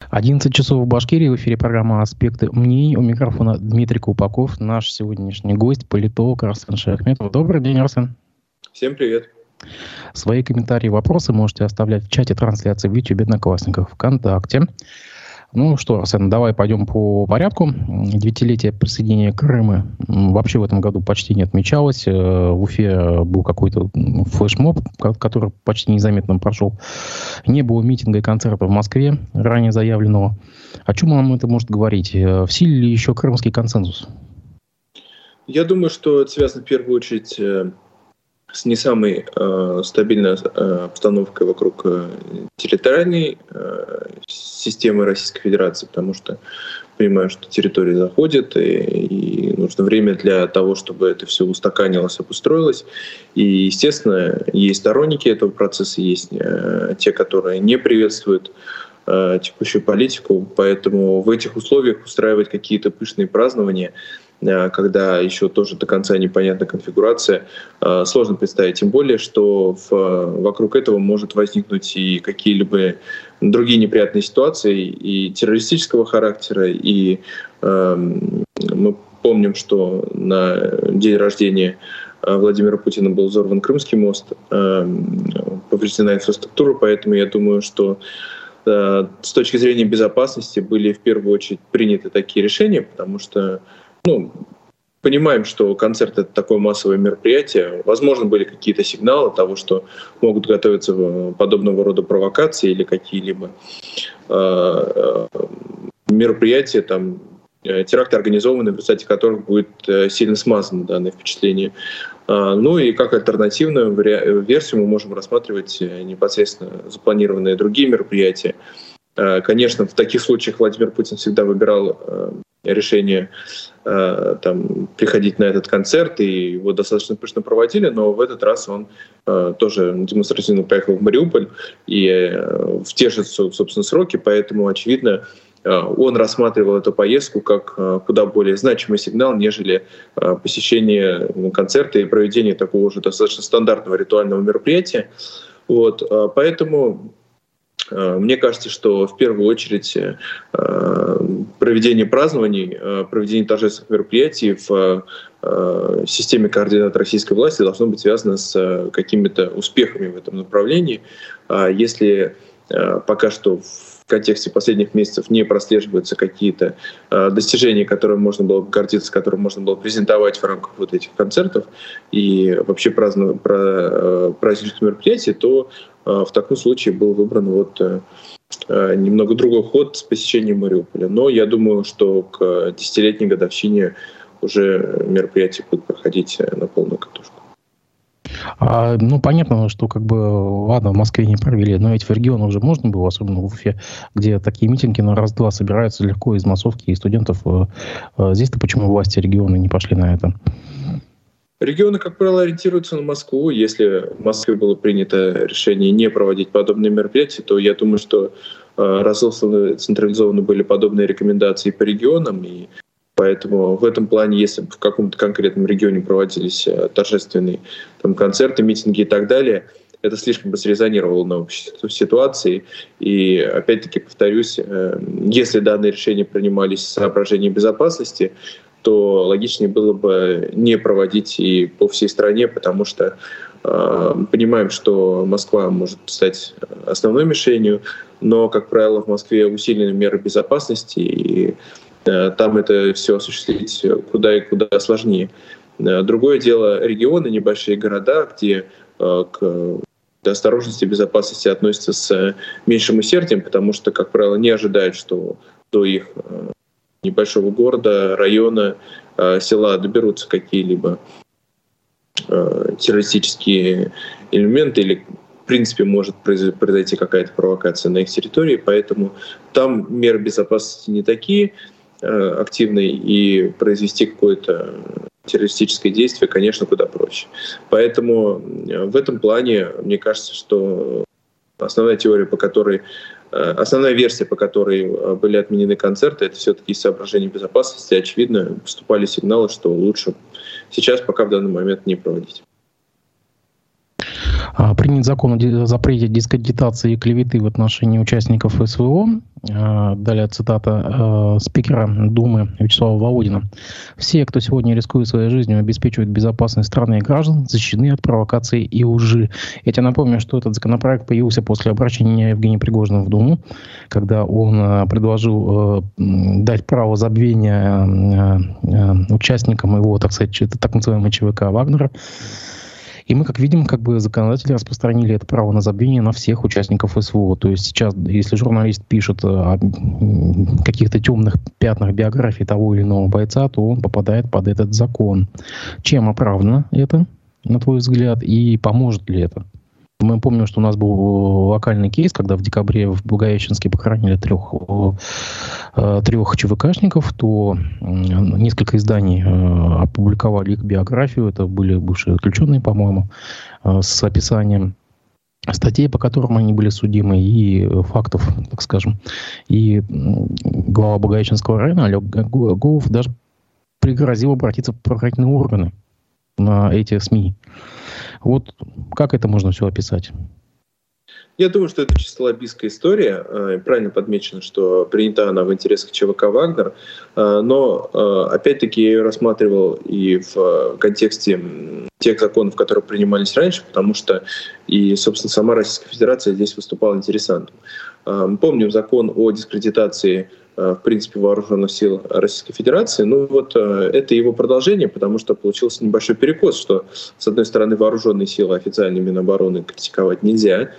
11 часов в Башкирии. В эфире программа «Аспекты мнений». У микрофона Дмитрий Колпаков, наш сегодняшний гость, политолог Арсен Шаяхметов. Добрый день, Арсен. Всем привет. Свои комментарии и вопросы можете оставлять в чате трансляции в YouTube, Одноклассниках, ВКонтакте. Ну что, Арсен, давай пойдем по порядку. 9-летие присоединения Крыма вообще в этом году почти не отмечалось. В Уфе был какой-то флешмоб, который почти незаметно прошел. Не было митинга и концерта в Москве, ранее заявленного. О чем нам это может говорить? В силе ли еще крымский консенсус? Я думаю, что это связано в первую очередь с не самой стабильной обстановкой вокруг территориальной системы Российской Федерации, потому что понимаю, что территория заходит, и нужно время для того, чтобы это все устаканилось, обустроилось. И, естественно, есть сторонники этого процесса, есть те, которые не приветствуют текущую политику, поэтому в этих условиях устраивать какие-то пышные празднования, когда еще тоже до конца непонятна конфигурация, сложно представить. Тем более, что вокруг этого может возникнуть и какие-либо другие неприятные ситуации и террористического характера. И мы помним, что на день рождения Владимира Путина был взорван Крымский мост, повреждена инфраструктура, поэтому я думаю, что с точки зрения безопасности были в первую очередь приняты такие решения, потому что понимаем, что концерт — это такое массовое мероприятие. Возможно, были какие-то сигналы того, что могут готовиться подобного рода провокации или какие-либо мероприятия, теракты организованы, в результате которых будет сильно смазано данное впечатление. Ну и как альтернативную версию мы можем рассматривать непосредственно запланированные другие мероприятия. Конечно, в таких случаях Владимир Путин всегда выбирал решение приходить на этот концерт, и его достаточно пышно проводили, но в этот раз он тоже демонстративно поехал в Мариуполь и в те же, собственно, сроки, поэтому, очевидно, он рассматривал эту поездку как куда более значимый сигнал, нежели посещение концерта и проведение такого уже достаточно стандартного ритуального мероприятия. Поэтому мне кажется, что в первую очередь проведение празднований, проведение торжественных мероприятий в системе координат российской власти должно быть связано с какими-то успехами в этом направлении. Если пока что в контексте последних месяцев не прослеживаются какие-то достижения, которыми можно было бы гордиться, которые можно было презентовать в рамках вот этих концертов и вообще праздничных мероприятий, то в таком случае был выбран немного другой ход с посещением Мариуполя. Но я думаю, что к 10-летней годовщине уже мероприятия будут проходить на полную катушку. Понятно, что ладно, в Москве не провели, но ведь в регионах уже можно было, особенно в Уфе, где такие митинги на раз-два собираются легко из массовки и студентов. Здесь-то почему власти региона не пошли на это? Регионы, как правило, ориентируются на Москву. Если в Москве было принято решение не проводить подобные мероприятия, то я думаю, что разосланы, централизованы были подобные рекомендации по регионам, и поэтому в этом плане, если бы в каком-то конкретном регионе проводились торжественные концерты, митинги и так далее, это слишком бы срезонировало на общей ситуации. И опять-таки повторюсь, если данные решения принимались с соображений безопасности, то логичнее было бы не проводить и по всей стране, потому что понимаем, что Москва может стать основной мишенью, но, как правило, в Москве усилены меры безопасности, и там это все осуществить куда и куда сложнее. Другое дело — регионы, небольшие города, где к осторожности и безопасности относятся с меньшим усердием, потому что, как правило, не ожидают, что до их небольшого города, района, села доберутся какие-либо террористические элементы или, в принципе, может произойти какая-то провокация на их территории, поэтому там меры безопасности не такие активные, и произвести какое-то террористическое действие, конечно, куда проще. Поэтому в этом плане, мне кажется, что основная версия, по которой были отменены концерты, это все-таки из соображений безопасности. Очевидно, поступали сигналы, что лучше сейчас пока в данный момент не проводить. Принят закон о запрете дискредитации и клеветы в отношении участников СВО. Далее цитата спикера Думы Вячеслава Володина. «Все, кто сегодня рискует своей жизнью, обеспечивают безопасность страны и граждан, защищены от провокаций и лжи». Я тебе напомню, что этот законопроект появился после обращения Евгения Пригожина в Думу, когда он предложил дать право забвения участникам его, так сказать, так называемого ЧВК «Вагнера». И мы, как видим, законодатели распространили это право на забвение на всех участников СВО. То есть сейчас, если журналист пишет о каких-то темных пятнах биографии того или иного бойца, то он попадает под этот закон. Чем оправдано это, на твой взгляд, и поможет ли это? Мы помним, что у нас был локальный кейс, когда в декабре в Благовещенске похоронили трех ЧВКшников, то несколько изданий опубликовали их биографию. Это были бывшие заключенные, по-моему, с описанием статей, по которым они были судимы, и фактов, так скажем. И глава Благовещенского района Олег Голов даже пригрозил обратиться в правоохранительные органы на эти СМИ. Вот как это можно все описать? Я думаю, что это чисто лоббистская история. Правильно подмечено, что принята она в интересах ЧВК «Вагнер». Но, опять-таки, я ее рассматривал и в контексте тех законов, которые принимались раньше, потому что и, собственно, сама Российская Федерация здесь выступала интересантом. Помним закон о дискредитации, в принципе, вооруженных сил Российской Федерации. Ну вот это его продолжение, потому что получился небольшой перекос, что, с одной стороны, вооруженные силы официальные Минобороны критиковать нельзя,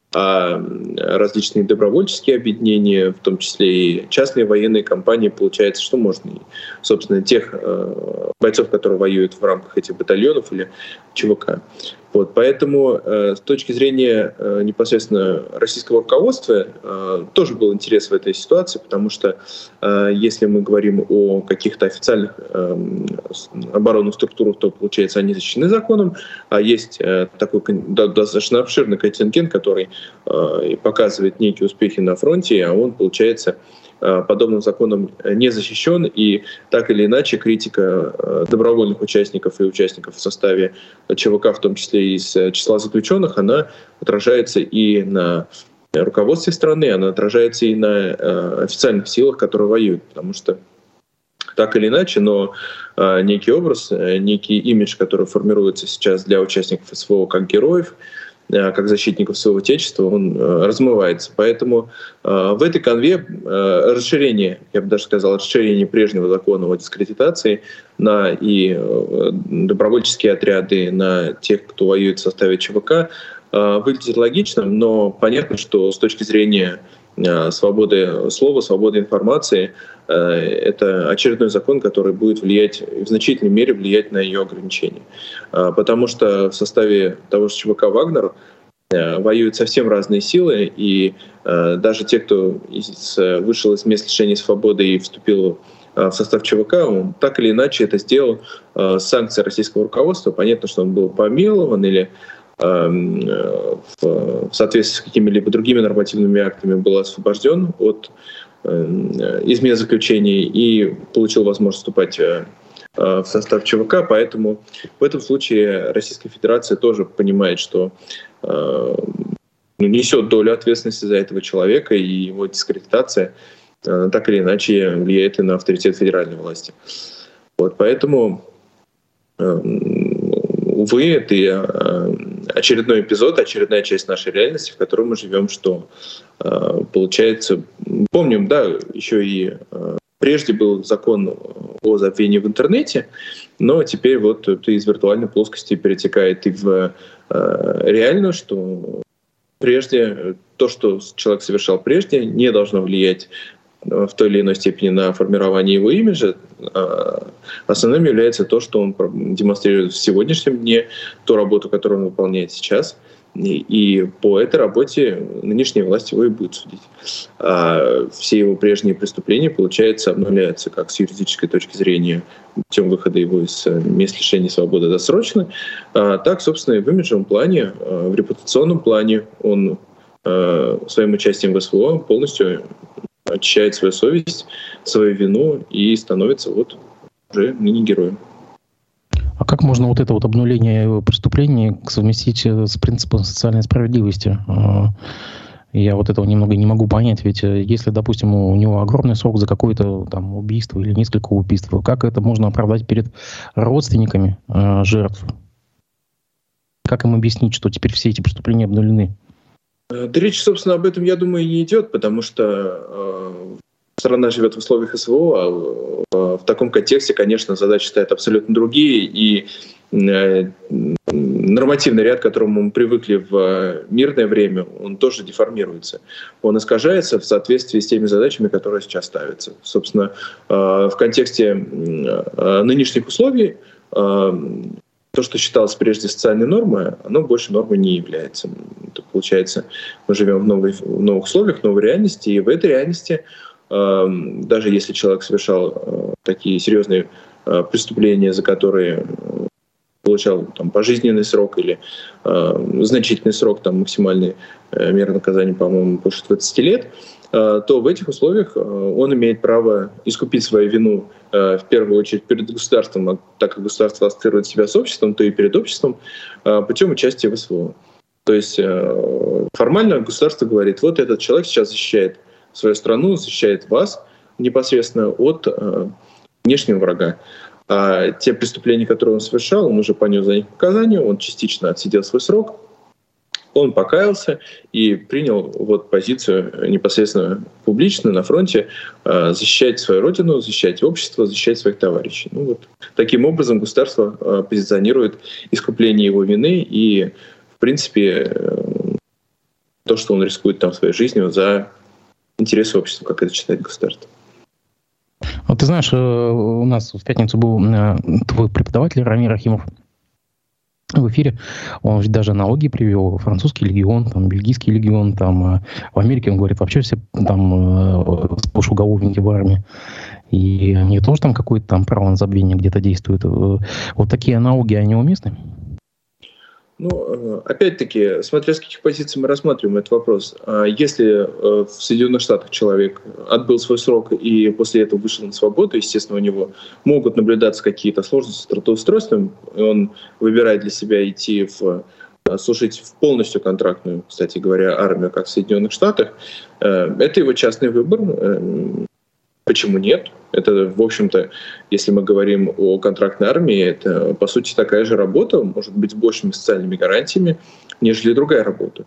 а различные добровольческие объединения, в том числе и частные военные компании, получается, что можно и, собственно, тех бойцов, которые воюют в рамках этих батальонов или ЧВК. Вот, поэтому с точки зрения непосредственно российского руководства тоже был интерес в этой ситуации, потому что если мы говорим о каких-то официальных оборонных структурах, то, получается, они защищены законом, а есть такой достаточно обширный контингент, который показывает некие успехи на фронте, а он, получается, подобным законом не защищен, и так или иначе критика добровольных участников и участников в составе ЧВК, в том числе и из числа заключенных, она отражается и на руководстве страны, она отражается и на официальных силах, которые воюют, потому что так или иначе, но некий образ, некий имидж, который формируется сейчас для участников СВО как героев, как защитников своего отечества, он размывается. Поэтому в этой канве расширение, я бы даже сказал, расширение прежнего закона о дискредитации на и добровольческие отряды, на тех, кто воюет в составе ЧВК, выглядит логичным, но понятно, что с точки зрения свободы слова, свободы информации, это очередной закон, который будет влиять, в значительной мере влиять на ее ограничения. Потому что в составе того же ЧВК «Вагнер» воюют совсем разные силы, и даже те, кто вышел из мест лишения свободы и вступил в состав ЧВК, он так или иначе это сделал с санкций российского руководства. Понятно, что он был помилован или в соответствии с какими-либо другими нормативными актами был освобожден от измен заключений и получил возможность вступать в состав ЧВК. Поэтому в этом случае Российская Федерация тоже понимает, что несет долю ответственности за этого человека, и его дискредитация так или иначе влияет и на авторитет федеральной власти. Вот, поэтому, увы, это очередной эпизод, очередная часть нашей реальности, в которой мы живем, что получается... Помним, да, еще и прежде был закон о забвении в интернете, но теперь вот это из виртуальной плоскости перетекает и в реальную, что прежде то, что человек совершал прежде, не должно влиять в той или иной степени на формирование его имиджа. Основным является то, что он демонстрирует в сегодняшнем дне, ту работу, которую он выполняет сейчас. И по этой работе нынешняя власть его и будет судить. А все его прежние преступления, получается, обнуляются как с юридической точки зрения путем выхода его из мест лишения свободы досрочно, так, собственно, и в имиджевом плане, в репутационном плане он своим участием в СВО полностью очищает свою совесть, свою вину и становится вот уже ныне героем. А как можно вот это вот обнуление преступлений совместить с принципом социальной справедливости? Я вот этого немного не могу понять, ведь если, допустим, у него огромный срок за какое-то там убийство или несколько убийств, как это можно оправдать перед родственниками жертв? Как им объяснить, что теперь все эти преступления обнулены? Да речь, собственно, об этом, я думаю, и не идет, потому что страна живет в условиях СВО, а в таком контексте, конечно, задачи стоят абсолютно другие, и нормативный ряд, к которому мы привыкли в мирное время, он тоже деформируется. Он искажается в соответствии с теми задачами, которые сейчас ставятся. Собственно, в контексте нынешних условий то, что считалось прежде социальной нормой, оно больше нормой не является. Это, получается, мы живем в новых условиях, в новой реальности, и в этой реальности, даже если человек совершал такие серьезные преступления, за которые получал там пожизненный срок или значительный срок, там максимальный мера наказания, по-моему, больше 20 лет, то в этих условиях он имеет право искупить свою вину в первую очередь перед государством, а так как государство ассоциирует себя с обществом, то и перед обществом путем участия в СВО. То есть формально государство говорит, вот этот человек сейчас защищает свою страну, защищает вас непосредственно от внешнего врага. А те преступления, которые он совершал, он уже понес за них наказание, он частично отсидел свой срок, он покаялся и принял вот позицию непосредственно публично на фронте защищать свою родину, защищать общество, защищать своих товарищей. Ну, вот таким образом государство позиционирует искупление его вины и, в принципе, то, что он рискует там своей жизнью за интересы общества, как это считает государство. Вот ты знаешь, у нас в пятницу был твой преподаватель Рамир Рахимов в эфире. Он же даже аналогии привел. Французский легион, там, бельгийский легион, там, в Америке, он говорит, вообще все там сплошь уголовники в армии. И не тоже там какое-то там право на забвение где-то действует. Вот такие аналогии, они уместны? Ну, опять-таки, смотря с каких позиций мы рассматриваем этот вопрос. Если в Соединенных Штатах человек отбыл свой срок и после этого вышел на свободу, естественно, у него могут наблюдаться какие-то сложности с трудоустройством, и он выбирает для себя идти служить в полностью контрактную, кстати говоря, армию, как в Соединенных Штатах. Это его частный выбор. Почему нет? Это, в общем-то, если мы говорим о контрактной армии, это, по сути, такая же работа, может быть, с большими социальными гарантиями, нежели другая работа.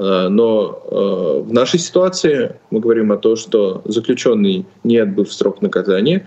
Но в нашей ситуации мы говорим о том, что заключенный, не отбыв срок наказания,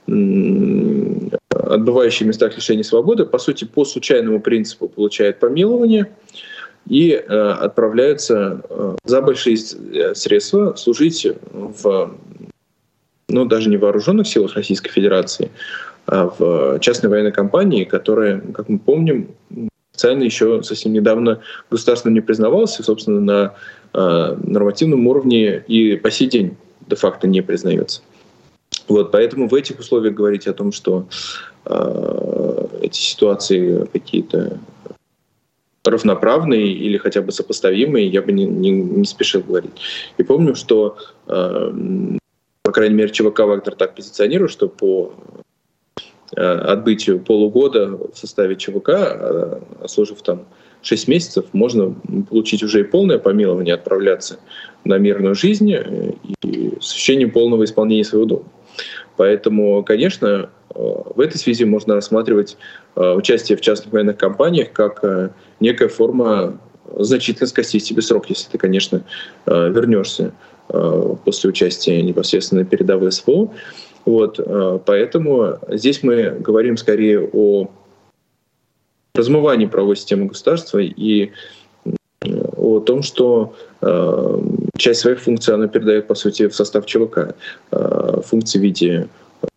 отбывающий в местах лишения свободы, по сути, по случайному принципу получает помилование и отправляются за большие средства служить даже не в вооруженных силах Российской Федерации, а в частной военной компании, которая, как мы помним, официально еще совсем недавно государством не признавалась и, собственно, на нормативном уровне и по сей день де-факто не признается. Вот, поэтому в этих условиях говорить о том, что эти ситуации какие-то равноправные или хотя бы сопоставимые, я бы не спешил говорить. И помню, что по крайней мере, ЧВК «Вагнер» так позиционирует, что по отбытию полугода в составе ЧВК, служив там 6 месяцев, можно получить уже и полное помилование, отправляться на мирную жизнь и с ощущением полного исполнения своего долга. Поэтому, конечно, в этой связи можно рассматривать участие в частных военных компаниях как некая форма значительно скостить себе срок, если ты, конечно, вернешься после участия непосредственно на передовой СВО. Вот, поэтому здесь мы говорим скорее о размывании правовой системы государства и о том, что часть своих функций она передает, по сути, в состав ЧВК. Функции в виде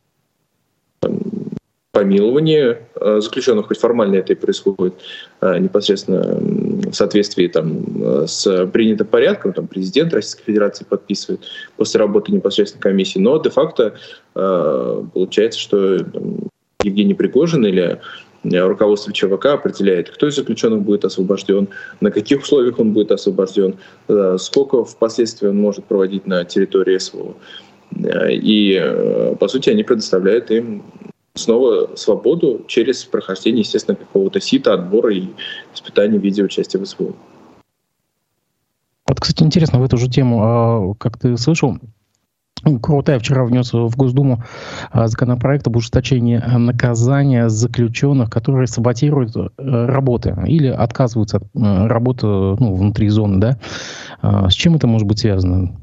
помилования заключенных, хоть формально это и происходит непосредственно в соответствии там, с принятым порядком, там, президент Российской Федерации подписывает после работы непосредственно комиссии, но де-факто получается, что Евгений Пригожин или руководство ЧВК определяет, кто из заключенных будет освобожден, на каких условиях он будет освобожден, сколько впоследствии он может проводить на территории СВО. И, по сути, они предоставляют им снова свободу через прохождение, естественно, какого-то сита, отбора и испытания в виде участия в СВО. Вот, кстати, интересно, в эту же тему, как ты слышал, Курултай вчера внес в Госдуму законопроект об ужесточении наказания заключенных, которые саботируют работы или отказываются от работы внутри зоны. Да? С чем это может быть связано?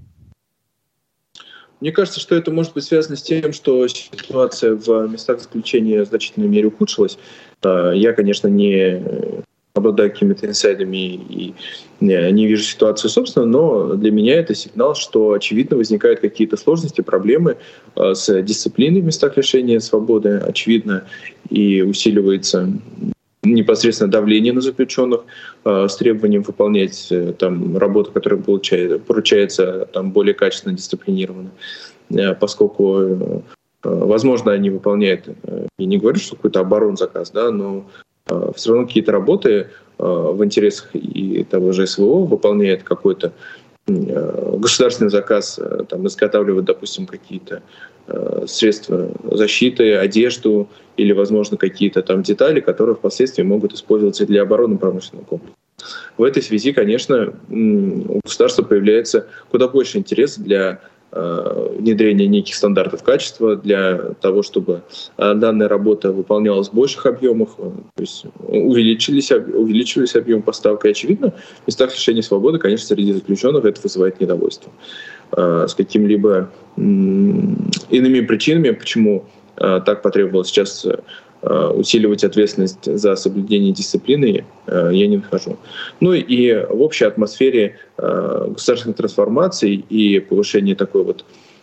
Мне кажется, что это может быть связано с тем, что ситуация в местах заключения в значительной мере ухудшилась. Я, конечно, не обладаю какими-то инсайдами и не вижу ситуацию собственно, но для меня это сигнал, что, очевидно, возникают какие-то сложности, проблемы с дисциплиной в местах лишения свободы, очевидно, и усиливается непосредственно давление на заключенных с требованием выполнять там работу, которая поручается там более качественно, дисциплинированно, поскольку, возможно, они выполняют, и не говорю, что какой-то оборонзаказ, да, но все равно какие-то работы в интересах и того же СВО выполняет какой-то государственный заказ, там, изготавливать, допустим, какие-то средства защиты, одежду или, возможно, какие-то там детали, которые впоследствии могут использоваться для оборонно-промышленного комплекса. В этой связи, конечно, у государства появляется куда больше интереса для внедрения неких стандартов качества, для того, чтобы данная работа выполнялась в больших объемах, то есть увеличивались объем поставок. И, очевидно, в местах лишения свободы, конечно, среди заключенных это вызывает недовольство. С какими-либо иными причинами, почему так потребовалось сейчас усиливать ответственность за соблюдение дисциплины, я не нахожу. Ну и в общей атмосфере государственной трансформации и повышения такой вот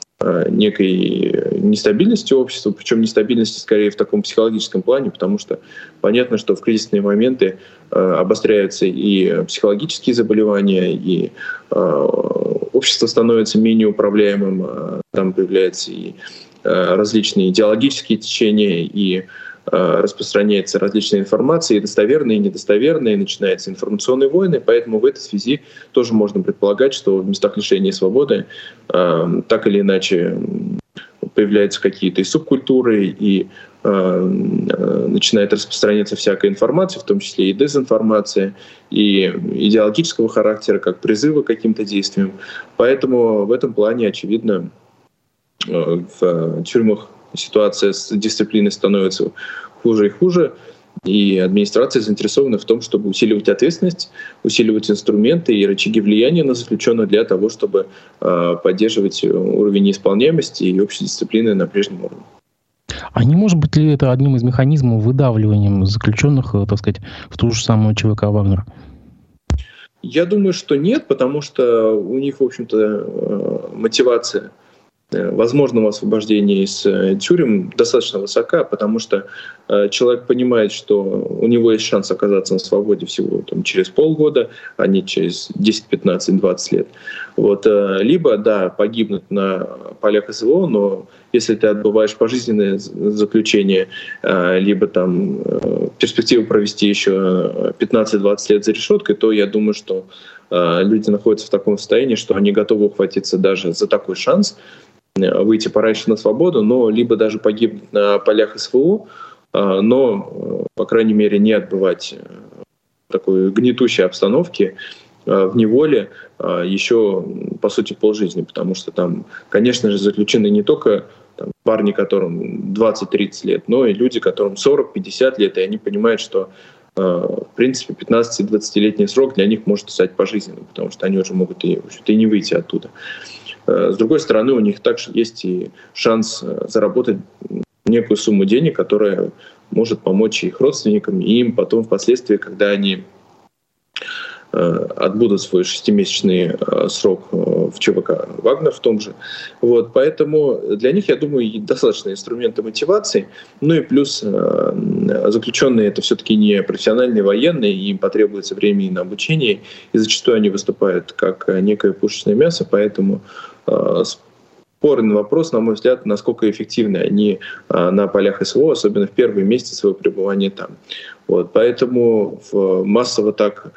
некой нестабильности общества, причем нестабильности скорее в таком психологическом плане, потому что понятно, что в кризисные моменты обостряются и психологические заболевания, и общество становится менее управляемым, там появляются и различные идеологические течения, и распространяется различная информация, и достоверная, и недостоверная, и начинаются информационные войны, поэтому в этой связи тоже можно предполагать, что в местах лишения свободы так или иначе появляются какие-то и субкультуры, и начинает распространяться всякая информация, в том числе и дезинформация, и идеологического характера, как призывы к каким-то действиям. Поэтому в этом плане, очевидно, в тюрьмах ситуация с дисциплиной становится хуже и хуже, и администрация заинтересована в том, чтобы усиливать ответственность, усиливать инструменты и рычаги влияния на заключенных для того, чтобы поддерживать уровень неисполняемости и общей дисциплины на прежнем уровне. А не может быть ли это одним из механизмов выдавливания заключенных, так сказать, в ту же самую ЧВК «Вагнер»? Я думаю, что нет, потому что у них, в общем-то, мотивация возможного освобождения из тюрем достаточно высока, потому что человек понимает, что у него есть шанс оказаться на свободе всего через полгода, а не через 10, 15, 20 лет. Вот. Либо, да, погибнуть на полях СВО, но если ты отбываешь пожизненное заключение, либо там перспективу провести еще 15-20 лет за решеткой, то я думаю, что люди находятся в таком состоянии, что они готовы ухватиться даже за такой шанс, выйти пораньше на свободу, но либо даже погибнуть на полях СВО, но, по крайней мере, не отбывать такой гнетущей обстановки в неволе еще, по сути, полжизни, потому что там, конечно же, заключены не только парни, которым 20-30 лет, но и люди, которым 40-50 лет, и они понимают, что в принципе 15-20-летний срок для них может стать пожизненным, потому что они уже могут и не выйти оттуда. С другой стороны, у них также есть и шанс заработать некую сумму денег, которая может помочь их родственникам, и им потом впоследствии, когда они отбудут свой 6-месячный срок в ЧВК «Вагнер» в том же. Вот, поэтому для них, я думаю, достаточно инструмента мотивации. Ну и плюс заключенные — это все-таки не профессиональные военные, им потребуется время и на обучение, и зачастую они выступают как некое пушечное мясо, поэтому спорный вопрос, на мой взгляд, насколько эффективны они на полях СВО, особенно в первые месяцы своего пребывания там. Вот, поэтому массово так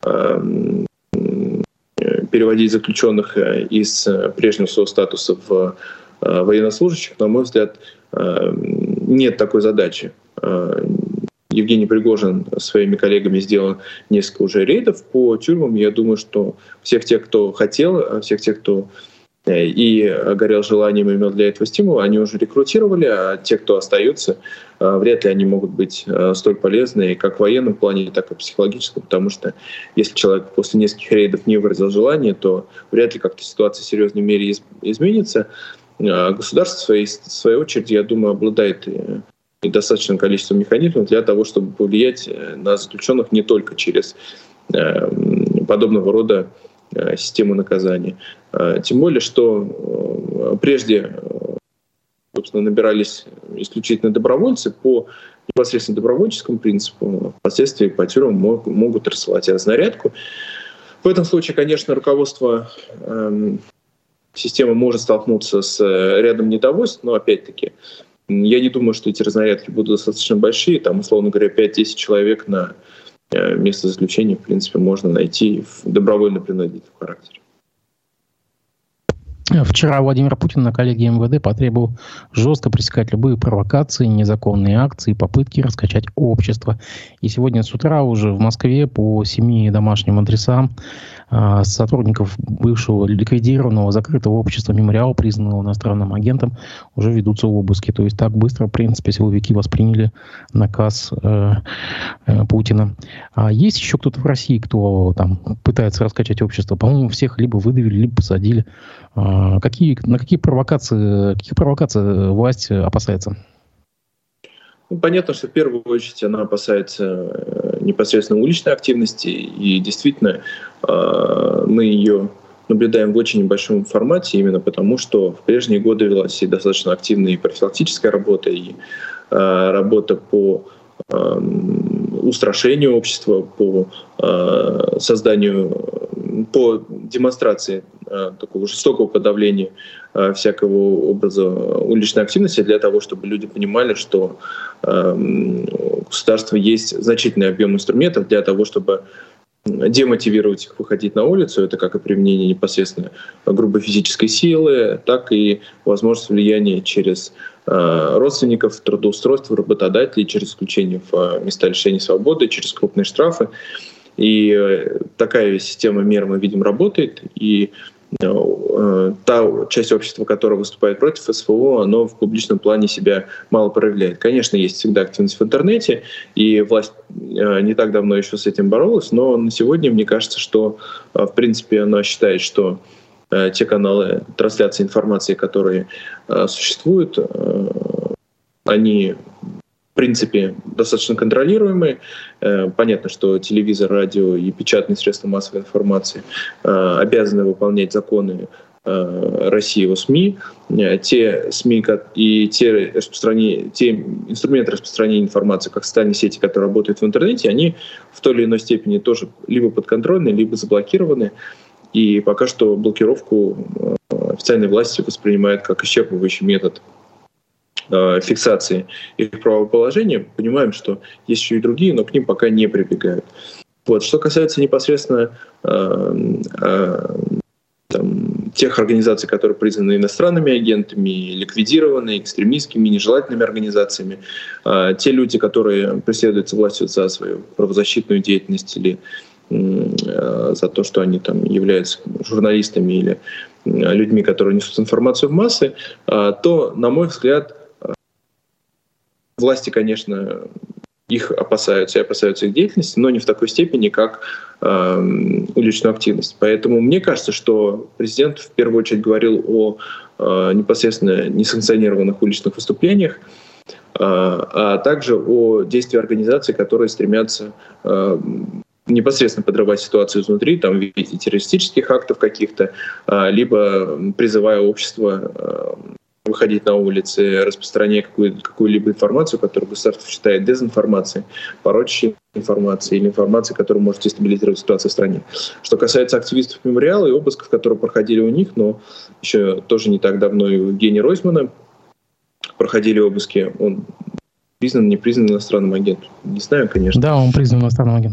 переводить заключенных из прежнего своего статуса в военнослужащих, на мой взгляд, нет такой задачи. Евгений Пригожин своими коллегами сделал несколько уже рейдов по тюрьмам. Я думаю, что всех тех, кто хотел, всех тех, кто и горел желанием, имел для этого стимул, они уже рекрутировали, а те, кто остаются, вряд ли они могут быть столь полезны как в военном плане, так и в психологическом, потому что если человек после нескольких рейдов не выразил желание, то вряд ли как-то ситуация в серьезной мере изменится. Государство, в своей очереди, я думаю, обладает и достаточным количеством механизмов для того, чтобы повлиять на заключенных не только через подобного рода систему наказания. Тем более, что прежде, собственно, набирались исключительно добровольцы по непосредственно добровольческому принципу, впоследствии по тюрьмам могут рассылать разнарядку. В этом случае, конечно, руководство системы может столкнуться с рядом недовольств, но опять-таки я не думаю, что эти разнарядки будут достаточно большие. Там, условно говоря, 5-10 человек на место заключения, в принципе, можно найти в добровольно-принудительном характере. Вчера Владимир Путин на коллегии МВД потребовал жестко пресекать любые провокации, незаконные акции, попытки раскачать общество. И сегодня с утра уже в Москве по 7 домашним адресам сотрудников бывшего ликвидированного закрытого общества «Мемориал», признанного иностранным агентом, уже ведутся обыски. То есть так быстро, в принципе, силовики восприняли наказ Путина. А есть еще кто-то в России, кто там пытается раскачать общество? По-моему, всех либо выдавили, либо посадили. На какие провокации власть опасается? Понятно, что в первую очередь она опасается непосредственно уличной активности, и действительно мы ее наблюдаем в очень небольшом формате, именно потому, что в прежние годы велась и достаточно активная и профилактическая работа, и работа по устрашению общества, по созданию, по демонстрации такого жестокого подавления всякого образа уличной активности для того, чтобы люди понимали, что у государства есть значительный объем инструментов для того, чтобы демотивировать их выходить на улицу. Это как и применение непосредственно грубой физической силы, так и возможность влияния через родственников, трудоустройства, работодателей, через исключение в места лишения свободы, через крупные штрафы. И такая система мер, мы видим, работает. И та часть общества, которая выступает против СВО, оно в публичном плане себя мало проявляет. Конечно, есть всегда активность в интернете, и власть не так давно еще с этим боролась, но на сегодня, мне кажется, что, в принципе, она считает, что те каналы трансляции информации, которые существуют, они в принципе достаточно контролируемые. Понятно, что телевизор, радио и печатные средства массовой информации обязаны выполнять законы России о СМИ. Те СМИ и те инструменты распространения информации, как социальные сети, которые работают в интернете, они в той или иной степени тоже либо подконтрольны, либо заблокированы. И пока что блокировку официальные власти воспринимают как исчерпывающий метод фиксации их правоположения. Понимаем, что есть еще и другие, но к ним пока не прибегают. Вот. Что касается непосредственно тех организаций, которые признаны иностранными агентами, ликвидированы, экстремистскими, нежелательными организациями, те люди, которые преследуются властью за свою правозащитную деятельность или за то, что они там являются журналистами или людьми, которые несут информацию в массы, то, на мой взгляд, власти, конечно, их опасаются и опасаются их деятельности, но не в такой степени, как уличную активность. Поэтому мне кажется, что президент в первую очередь говорил о непосредственно несанкционированных уличных выступлениях, а также о действии организаций, которые стремятся непосредственно подрывать ситуацию изнутри, там, в виде террористических актов каких-то, либо призывая общество выходить на улицы, распространяя какую-либо информацию, которую государство считает дезинформацией, порочащей информацией или информацией, которая может дестабилизировать ситуацию в стране. Что касается активистов «Мемориала» и обысков, которые проходили у них, но еще тоже не так давно и у Евгения Ройзмана проходили обыски, он признан, не признан иностранным агентом? Не знаю, конечно. Да, он признан иностранным агентом.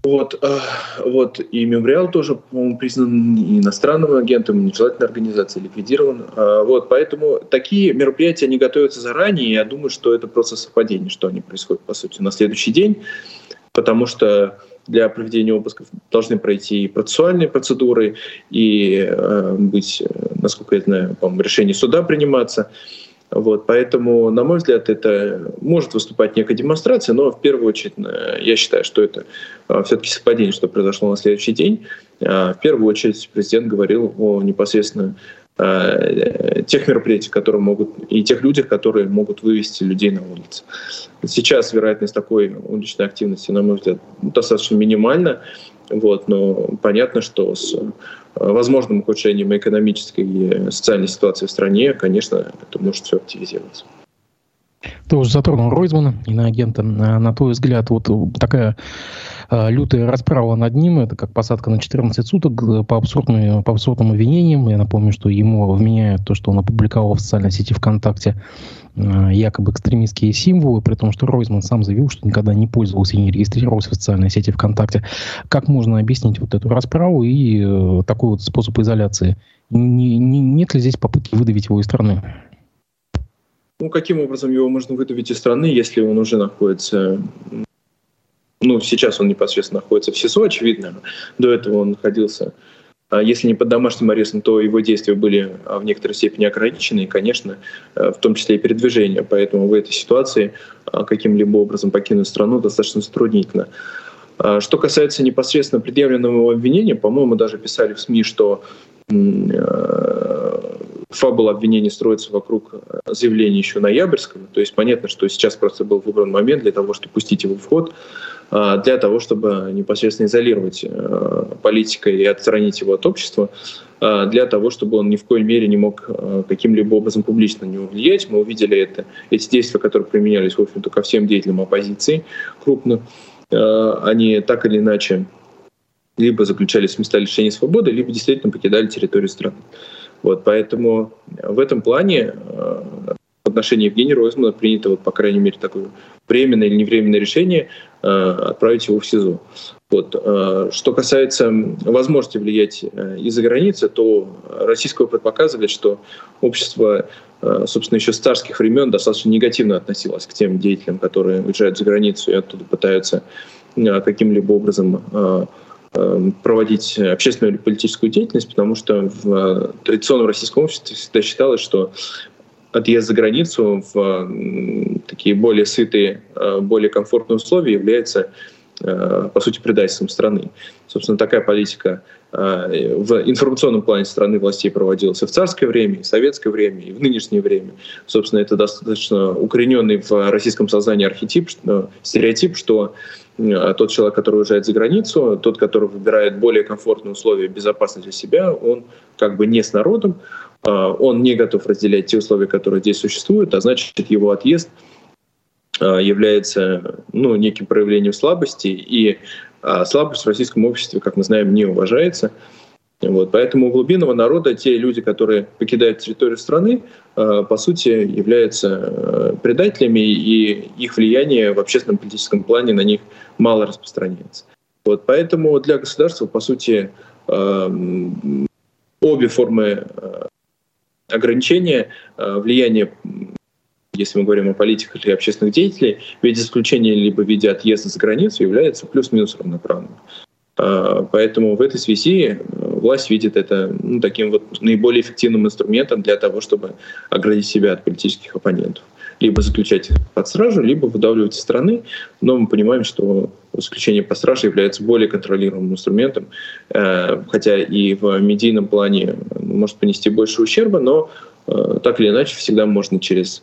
Вот и «Мемориал» тоже, по-моему, признан иностранным агентом, нежелательной организацией, ликвидирован. Вот, поэтому такие мероприятия, они готовятся заранее, и я думаю, что это просто совпадение, что они происходят, по сути, на следующий день, потому что для проведения обысков должны пройти и процессуальные процедуры, и быть, насколько я знаю, по-моему, решение суда приниматься. Вот, поэтому, на мой взгляд, это может выступать некая демонстрация, но в первую очередь я считаю, что это все-таки совпадение, что произошло на следующий день. В первую очередь президент говорил о непосредственно тех мероприятиях, которые могут, и тех людях, которые могут вывести людей на улицы. Сейчас вероятность такой уличной активности, на мой взгляд, достаточно минимальна. Вот, но понятно, что с возможным ухудшением экономической и социальной ситуации в стране, конечно, это может все активизироваться. Ты уже затронул Ройзмана, иноагента. На твой взгляд, вот такая лютая расправа над ним, это как посадка на 14 суток по абсурдным обвинениям. Я напомню, что ему вменяют то, что он опубликовал в социальной сети ВКонтакте якобы экстремистские символы, при том, что Ройзман сам заявил, что никогда не пользовался и не регистрировался в социальной сети ВКонтакте. Как можно объяснить вот эту расправу и такой вот способ изоляции? Нет ли здесь попытки выдавить его из страны? Каким образом его можно выдавить из страны, если он уже находится... сейчас он непосредственно находится в СИЗО, очевидно. До этого он находился, если не под домашним арестом, то его действия были в некоторой степени ограничены, и, конечно, в том числе и передвижение. Поэтому в этой ситуации каким-либо образом покинуть страну достаточно затруднительно. Что касается непосредственно предъявленного обвинения, по-моему, даже писали в СМИ, что фабула обвинений строится вокруг заявления еще ноябрьского. То есть понятно, что сейчас просто был выбран момент для того, чтобы пустить его в ход, для того, чтобы непосредственно изолировать политика и отстранить его от общества, для того, чтобы он ни в коей мере не мог каким-либо образом публично на него влиять. Мы увидели эти действия, которые применялись, в общем-то, ко всем деятелям оппозиции крупно. Они так или иначе либо заключались в места лишения свободы, либо действительно покидали территорию страны. Вот, поэтому в этом плане в отношении Евгения Ройзмана принято, по крайней мере, такое временное или невременное решение отправить его в СИЗО. Вот. Что касается возможности влиять из-за границы, то российский опыт показывает, что общество, собственно, еще с царских времен достаточно негативно относилось к тем деятелям, которые уезжают за границу и оттуда пытаются каким-либо образом проводить общественную или политическую деятельность, потому что в традиционном российском обществе всегда считалось, что отъезд за границу в такие более сытые, более комфортные условия является, по сути, предательством страны. Собственно, такая политика в информационном плане страны властей проводилась и в царское время, и в советское время, и в нынешнее время. Собственно, это достаточно укорененный в российском сознании архетип, стереотип, что тот человек, который уезжает за границу, тот, который выбирает более комфортные условия безопасности для себя, он как бы не с народом, он не готов разделять те условия, которые здесь существуют, а значит, его отъезд является неким проявлением слабости, и слабость в российском обществе, как мы знаем, не уважается. Вот, поэтому у глубинного народа те люди, которые покидают территорию страны, по сути, являются предателями, и их влияние в общественном политическом плане на них мало распространяется. Вот, поэтому для государства, по сути, обе формы ограничения влияния, если мы говорим о политиках или общественных деятелей, в виде исключения либо в виде отъезда за границу, является плюс-минус равноправным. Поэтому в этой связи власть видит это таким вот наиболее эффективным инструментом для того, чтобы оградить себя от политических оппонентов. Либо заключать их под стражу, либо выдавливать из страны. Но мы понимаем, что заключение под стражу является более контролируемым инструментом, хотя и в медийном плане может понести больше ущерба, но так или иначе всегда можно через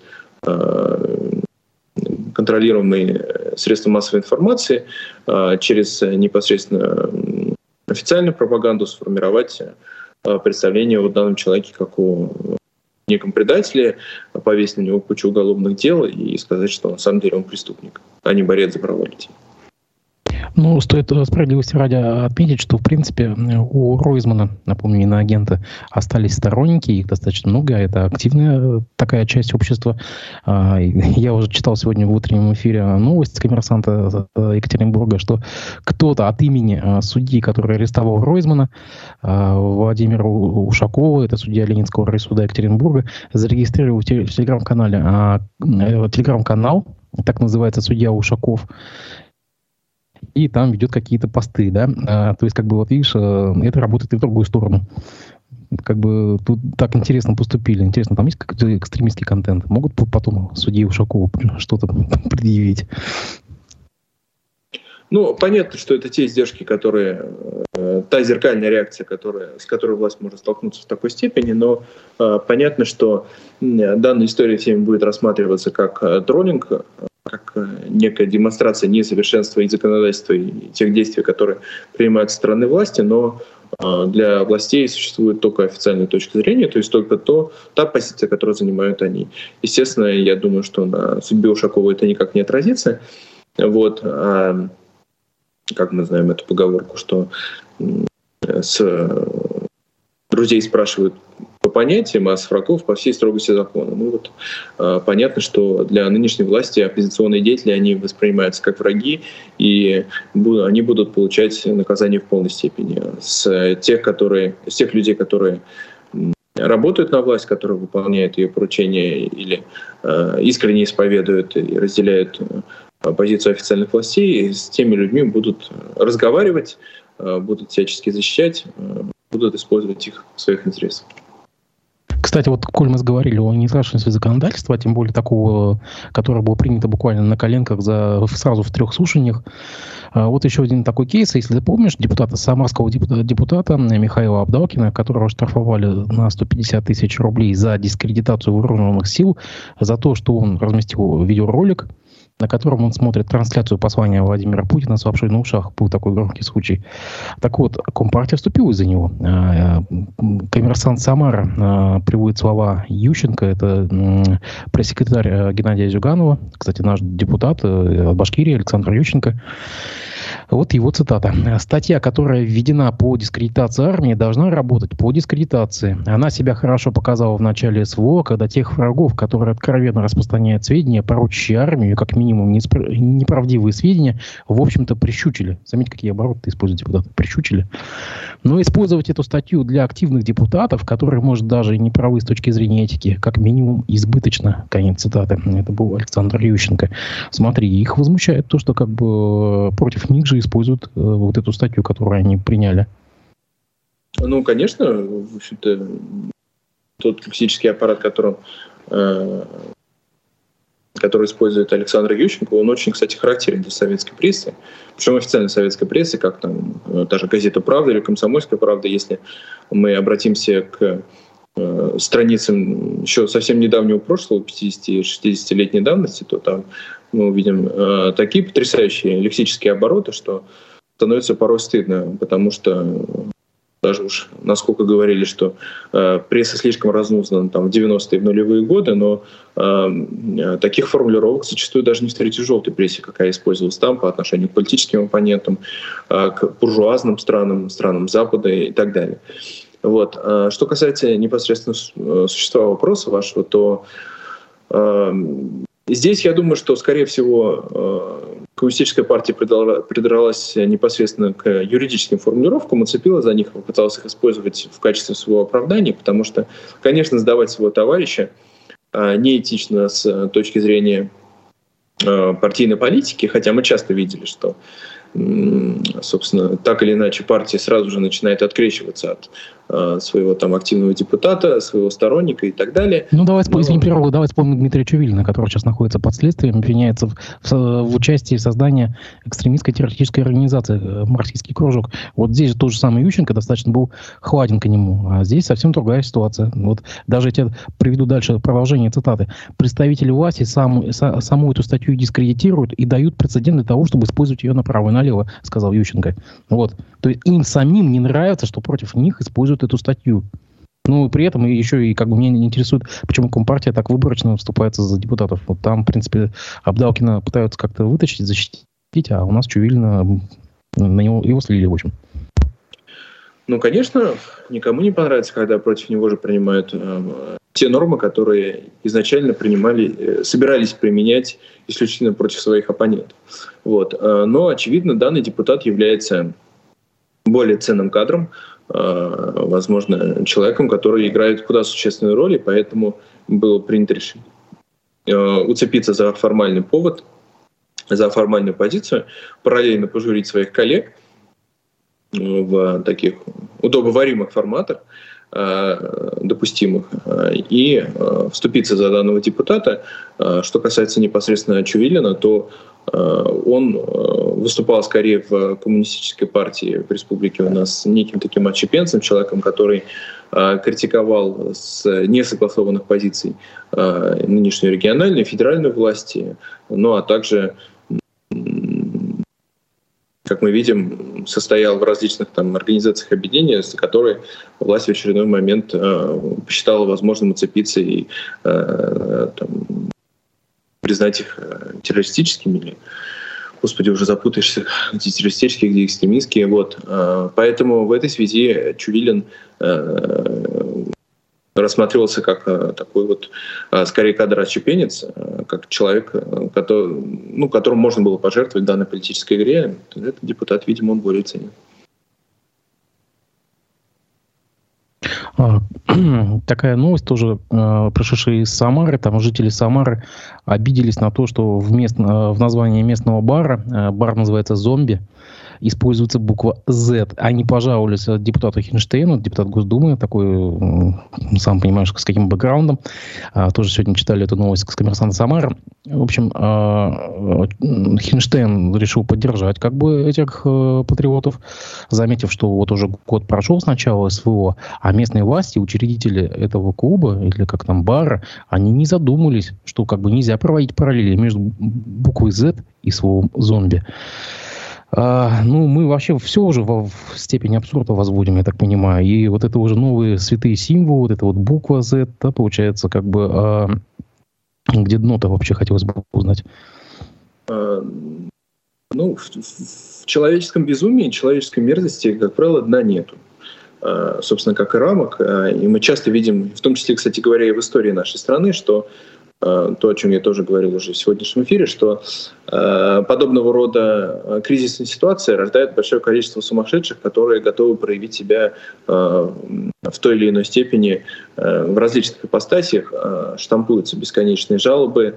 контролируемые средства массовой информации, через непосредственно официальную пропаганду сформировать представление о данном человеке как о неком предателе, повесить на него кучу уголовных дел и сказать, что на самом деле он преступник, а не борец за права людей. Ну, стоит справедливости ради отметить, что, в принципе, у Ройзмана, напомню, иноагента, остались сторонники, их достаточно много, это активная такая часть общества. Я уже читал сегодня в утреннем эфире новость «Коммерсанта» Екатеринбурга, что кто-то от имени судьи, который арестовал Ройзмана, Владимира Ушакова, это судья Ленинского райсуда Екатеринбурга, зарегистрировал в телеграм-канал, так называется «Судья Ушаков», и там ведет какие-то посты, да, то есть, как бы, вот видишь, это работает и в другую сторону. Как бы тут так интересно поступили. Интересно, там есть какой-то экстремистский контент? Могут потом судье Ушакову что-то предъявить? Ну, понятно, что это те издержки, которые, та зеркальная реакция, с которой власть может столкнуться в такой степени, но понятно, что данная история всеми будет рассматриваться как троллинг, как некая демонстрация несовершенства и законодательства, и тех действий, которые принимаются со стороны власти, но для властей существует только официальная точка зрения, то есть только та позиция, которую занимают они. Естественно, я думаю, что на судьбе Ушакова это никак не отразится. Вот. Как мы знаем эту поговорку, что с друзей спрашивают по понятиям, а с врагов по всей строгости закона. Ну вот, понятно, что для нынешней власти оппозиционные деятели, они воспринимаются как враги, и они будут получать наказание в полной степени. С тех людей, которые работают на власть, которые выполняют ее поручения или искренне исповедуют и разделяют позицию официальных властей, с теми людьми будут разговаривать, будут всячески защищать, будут использовать их в своих интересах. Кстати, вот, коль мы говорили о несовершенстве законодательства, тем более такого, которое было принято буквально на коленках сразу в 3 слушаниях, вот еще один такой кейс, если ты помнишь, самарского депутата Михаила Абдалкина, которого штрафовали на 150 тысяч рублей за дискредитацию вооруженных сил, за то, что он разместил видеоролик, на котором он смотрит трансляцию послания Владимира Путина с лапшой на ушах. Был такой громкий случай. Так вот, Компартия вступилась за него. Коммерсант Самара приводит слова Ющенко, это пресс-секретарь Геннадия Зюганова, кстати, наш депутат от Башкирии, Александр Ющенко. Вот его цитата. «Статья, которая введена по дискредитации армии, должна работать по дискредитации. Она себя хорошо показала в начале СВО, когда тех врагов, которые откровенно распространяют сведения, порочащие армию, как минимум неправдивые сведения, в общем-то, прищучили». Заметьте, какие обороты используют депутаты. Прищучили. Но использовать эту статью для активных депутатов, которые, может, даже и не правы с точки зрения этики, как минимум избыточно. Конец цитаты. Это был Александр Ющенко. Смотри, их возмущает то, что как бы против них же используют вот эту статью, которую они приняли. Ну, конечно, в общем-то, тот лексический аппарат, который использует Александр Ющенко, он очень, кстати, характерен для советской прессы. Причем официальной советской прессы, как там та же газета «Правда» или «Комсомольская правда», если мы обратимся к страницам еще совсем недавнего прошлого, 50-60-летней давности, то там мы увидим такие потрясающие лексические обороты, что становится порой стыдно, потому что даже уж насколько говорили, что пресса слишком разнузана там, в 90-е и в нулевые годы, но таких формулировок зачастую даже не встретишь в желтой прессе, какая использовалась там по отношению к политическим оппонентам, к буржуазным странам Запада и так далее. Вот. Что касается непосредственно существа вопроса вашего, то здесь я думаю, что, скорее всего, Коммунистическая партия придралась непосредственно к юридическим формулировкам, уцепилась за них, попыталась их использовать в качестве своего оправдания, потому что, конечно, сдавать своего товарища неэтично с точки зрения партийной политики, хотя мы часто видели, что, собственно, так или иначе партия сразу же начинает открещиваться от своего там активного депутата, своего сторонника и так далее. Ну, давай вспомним Дмитрия Чувилина, который сейчас находится под следствием, обвиняется в участии в создании экстремистской террористической организации «Марксистский кружок». Вот здесь же тот же самый Ющенко достаточно был хладен к нему, а здесь совсем другая ситуация. Вот даже я тебе приведу дальше продолжение цитаты. «Представители власти саму эту статью дискредитируют и дают прецедент для того, чтобы использовать ее направо и налево», сказал Ющенко. Вот. То есть им самим не нравится, что против них используют эту статью. Ну, при этом еще и как бы меня не интересует, почему Компартия так выборочно вступается за депутатов. Вот там, в принципе, Абдалкина пытаются как-то вытащить, защитить, а у нас Чувилина На него его слили, в общем. Ну, конечно, никому не понравится, когда против него же принимают те нормы, которые изначально собирались применять исключительно против своих оппонентов. Вот. Но, очевидно, данный депутат является более ценным кадром, возможно, человеком, который играет куда существенную роль, и поэтому было принято решение уцепиться за формальный повод, за формальную позицию, параллельно пожурить своих коллег в таких удобоваримых форматах, допустимых, и вступиться за данного депутата. Что касается непосредственно Чувилина, то он выступал скорее в коммунистической партии в республике у нас неким таким отщепенцем, человеком, который критиковал с несогласованных позиций нынешнюю региональную, федеральную власти, ну а также, как мы видим, состоял в различных там организациях объединения, за которые власть в очередной момент посчитала возможным уцепиться и признать их террористическими или, господи, уже запутаешься, где террористические, где экстремистские. Вот. Поэтому в этой связи Чувилин рассматривался как такой вот, скорее, кадр-отщепенец, как человек, которому можно было пожертвовать в данной политической игре. Этот депутат, видимо, он более ценен. Такая новость тоже, пришедшая из Самары. Там жители Самары обиделись на то, что в названии местного бара, бар называется «Зомби», используется буква «З». Они пожаловались депутату Хинштейну, депутат Госдумы, такой, сам понимаешь, с каким бэкграундом. Тоже сегодня читали эту новость с «Коммерсанта Самары». В общем, Хинштейн решил поддержать как бы этих патриотов, заметив, что вот уже год прошел с начала СВО, а местные власти, учредители этого клуба, или как там бара, они не задумались, что как бы нельзя проводить параллели между буквой «З» и словом «зомби». Мы вообще все уже в степени абсурда возводим, я так понимаю. И вот это уже новые святые символы, вот эта вот буква Z, да, получается, как бы, где дно-то вообще хотелось бы узнать? В человеческом безумии, человеческой мерзости, как правило, дна нету. Собственно, как и рамок. И мы часто видим, в том числе, кстати говоря, и в истории нашей страны, что то, о чем я тоже говорил уже в сегодняшнем эфире, что подобного рода кризисные ситуации рождают большое количество сумасшедших, которые готовы проявить себя в той или иной степени в различных ипостасиях, штампуются бесконечные жалобы,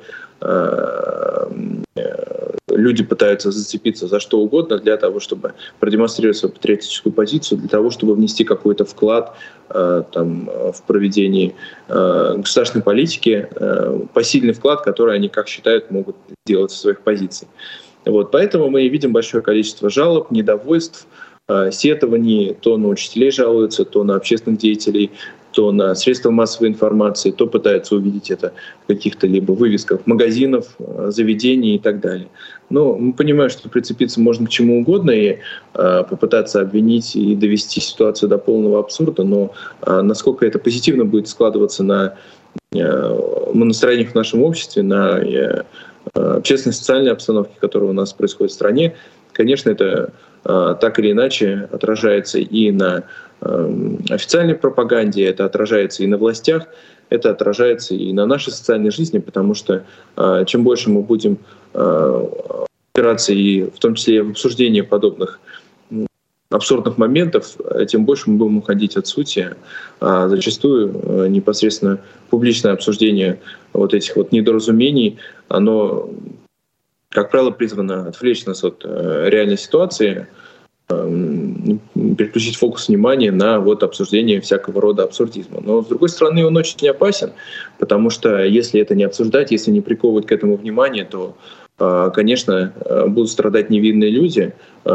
люди пытаются зацепиться за что угодно для того, чтобы продемонстрировать свою патриотическую позицию, для того, чтобы внести какой-то вклад в проведении государственной политики, посильный вклад, который они, как считают, могут сделать со своих позиций. Вот. Поэтому мы видим большое количество жалоб, недовольств, сетований, то на учителей жалуются, то на общественных деятелей, то на средства массовой информации, то пытаются увидеть это в каких-то либо вывесках магазинов, заведений и так далее. Но мы понимаем, что прицепиться можно к чему угодно и попытаться обвинить и довести ситуацию до полного абсурда, но насколько это позитивно будет складываться на настроениях в нашем обществе, на общественной социальной обстановке, которая у нас происходит в стране, конечно, это так или иначе отражается и на официальной пропаганде, это отражается и на властях, это отражается и на нашей социальной жизни, потому что чем больше мы будем опираться и в том числе в обсуждении подобных абсурдных моментов, тем больше мы будем уходить от сути. Зачастую непосредственно публичное обсуждение вот этих вот недоразумений, оно, как правило, призвано отвлечь нас от реальной ситуации, переключить фокус внимания на вот обсуждение всякого рода абсурдизма. Но, с другой стороны, он очень опасен, потому что если это не обсуждать, если не приковывать к этому внимание, то, конечно, будут страдать невинные люди.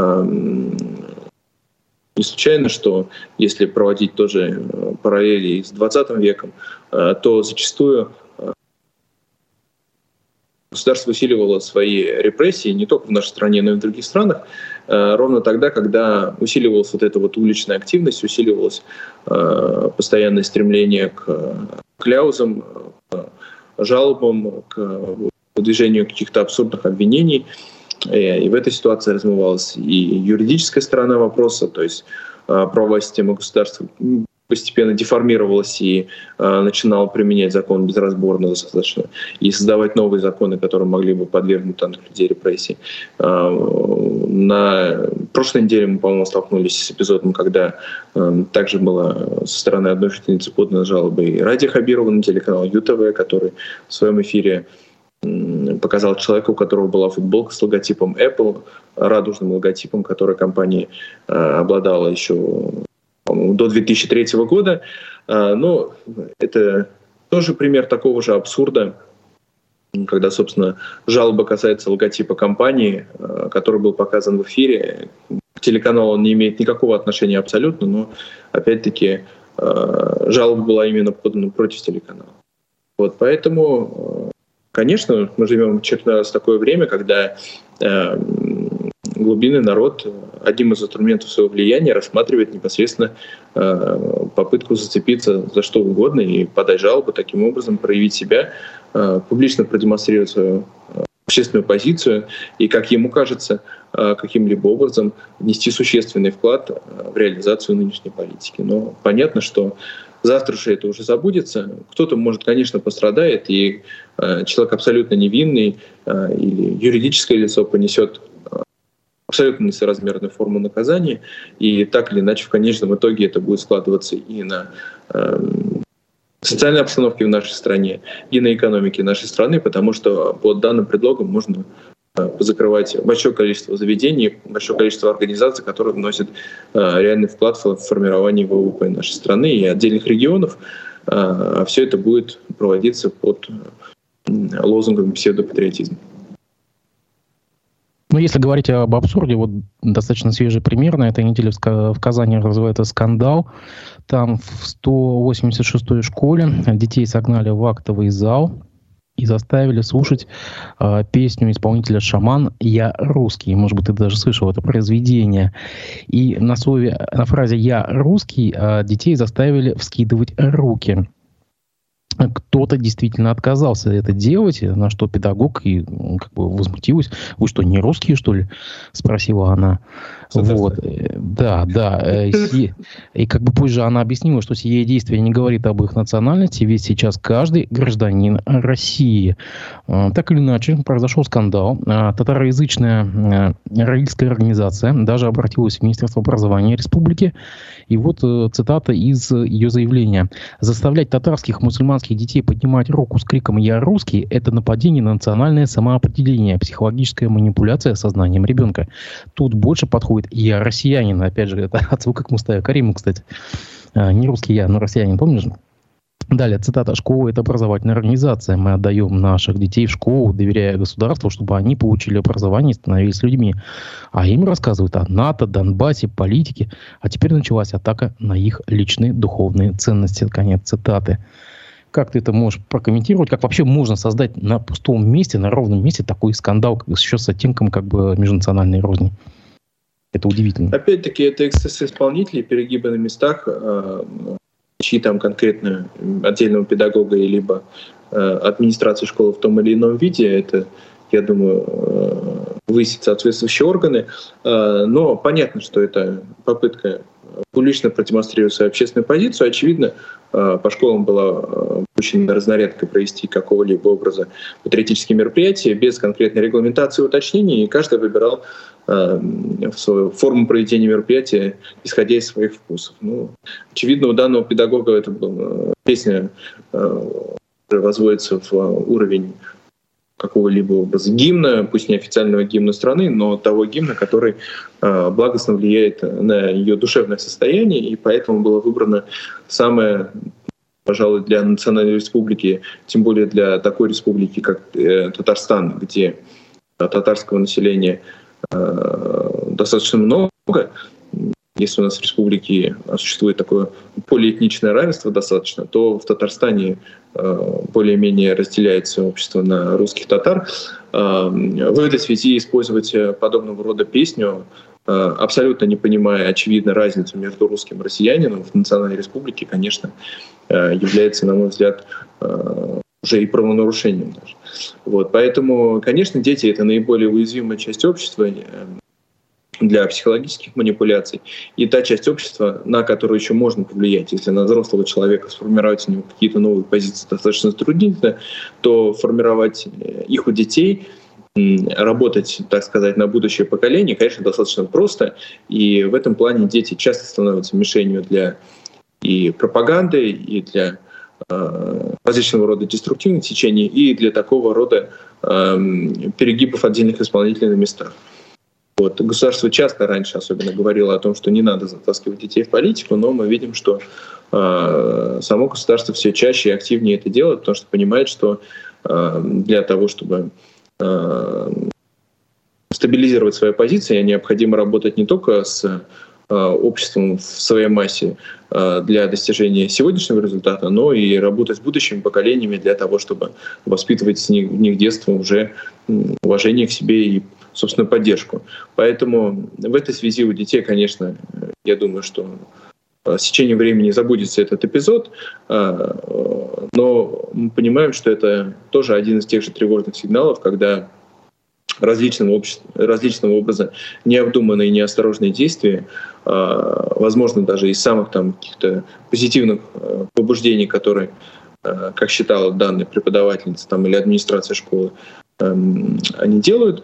Не случайно, что если проводить тоже параллели с 20 веком, то зачастую государство усиливало свои репрессии не только в нашей стране, но и в других странах, ровно тогда, когда усиливалась вот эта вот уличная активность, усиливалось постоянное стремление к кляузам, к жалобам, к выдвижению каких-то абсурдных обвинений. И в этой ситуации размывалась и юридическая сторона вопроса, то есть правовая система государства постепенно деформировалась и начинала применять закон безразборно достаточно и создавать новые законы, которые могли бы подвергнуть танных людей репрессий. На прошлой неделе мы, по-моему, столкнулись с эпизодом, когда также была со стороны одной жительницы подана жалоба и Ради Хабирова на телеканал ЮТВ, который в своем эфире показал человека, у которого была футболка с логотипом Apple, радужным логотипом, который компания обладала еще до 2003 года. Но это тоже пример такого же абсурда, когда, собственно, жалоба касается логотипа компании, который был показан в эфире. К телеканалу он не имеет никакого отношения абсолютно, но, опять-таки, жалоба была именно подана против телеканала. Вот, поэтому, конечно, мы живем в очередной раз в такое время, когда глубинный народ одним из инструментов своего влияния рассматривает непосредственно попытку зацепиться за что угодно и подать жалобу, таким образом проявить себя, публично продемонстрировать свою общественную позицию и, как ему кажется, каким-либо образом внести существенный вклад в реализацию нынешней политики. Но понятно, что завтра же это уже забудется. Кто-то, может, конечно, пострадает, и человек абсолютно невинный или юридическое лицо понесет абсолютно несоразмерную форму наказания, и так или иначе в конечном итоге это будет складываться и на социальной обстановке в нашей стране, и на экономике нашей страны, потому что под данным предлогом можно позакрывать большое количество заведений, большое количество организаций, которые вносят реальный вклад в формирование ВВП нашей страны и отдельных регионов. А все это будет проводиться под лозунгом псевдопатриотизма. Ну, если говорить об абсурде, вот достаточно свежий пример. На этой неделе в Казани развивается скандал. Там в 186-й школе детей согнали в актовый зал и заставили слушать песню исполнителя «Шаман» «Я русский». Может быть, ты даже слышал это произведение. И на фразе «Я русский» детей заставили вскидывать руки. Кто-то действительно отказался это делать, на что педагог и как бы возмутилась. Вы что, не русские, что ли? Спросила она. Вот. Да. И как бы позже она объяснила, что сие действие не говорит об их национальности, ведь сейчас каждый гражданин России. Так или иначе, произошел скандал. Татароязычная родительская организация даже обратилась в Министерство образования республики. И вот цитата из ее заявления. «Заставлять татарских мусульманских детей поднимать руку с криком «Я русский» – это нападение на национальное самоопределение, психологическая манипуляция сознанием ребенка. Тут больше подходит «Я россиянин». Опять же, это отсылка к Мустафе Кариму, кстати. Не русский я, но россиянин, помнишь? Далее, цитата. «Школа – это образовательная организация. Мы отдаем наших детей в школу, доверяя государству, чтобы они получили образование и становились людьми. А им рассказывают о НАТО, Донбассе, политике. А теперь началась атака на их личные духовные ценности». Конец цитаты. Как ты это можешь прокомментировать? Как вообще можно создать на пустом месте, на ровном месте такой скандал еще с оттенком как бы межнациональной розни? Это удивительно. Опять-таки, это эксцесс исполнителей, перегибы на местах, чьи там конкретно отдельного педагога и либо администрации школы в том или ином виде, это, я думаю, выяснят соответствующие органы. Но понятно, что это попытка публично продемонстрировать свою общественную позицию. Очевидно, по школам была пущена разнарядка провести какого-либо образа патриотические мероприятия без конкретной регламентации и уточнений, и каждый выбирал свою форму проведения мероприятия, исходя из своих вкусов. Ну, очевидно, у данного педагога это была песня, возводится в уровень какого-либо образа гимна, пусть не официального гимна страны, но того гимна, который благостно влияет на ее душевное состояние, и поэтому было выбрано самое, пожалуй, для национальной республики, тем более для такой республики, как Татарстан, где татарского населения достаточно много. Если у нас в республике существует такое полиэтничное равенство достаточно, то в Татарстане более-менее разделяется общество на русских татар. В этой связи использовать подобного рода песню, абсолютно не понимая, очевидно, разницу между русским и россиянином в национальной республике, конечно, является, на мой взгляд, уже и правонарушением даже. Вот. Поэтому, конечно, дети — это наиболее уязвимая часть общества для психологических манипуляций. И та часть общества, на которую еще можно повлиять. Если на взрослого человека сформировать у него какие-то новые позиции достаточно затруднительно, то формировать их у детей, работать, так сказать, на будущее поколение, конечно, достаточно просто. И в этом плане дети часто становятся мишенью для и пропаганды, и для различного рода деструктивных течений, и для такого рода перегибов отдельных исполнителей на местах. Вот. Государство часто раньше особенно говорило о том, что не надо затаскивать детей в политику, но мы видим, что само государство все чаще и активнее это делает, потому что понимает, что для того, чтобы стабилизировать свои позиции, необходимо работать не только с обществом в своей массе для достижения сегодняшнего результата, но и работать с будущими поколениями для того, чтобы воспитывать в них детство уже уважение к себе и, собственно, поддержку. Поэтому в этой связи у детей, конечно, я думаю, что с течением времени забудется этот эпизод, но мы понимаем, что это тоже один из тех же тревожных сигналов, когда различного образа необдуманные и неосторожные действия, возможно, даже из самых там каких-то позитивных побуждений, которые, как считала данная преподавательница там, или администрация школы, они делают,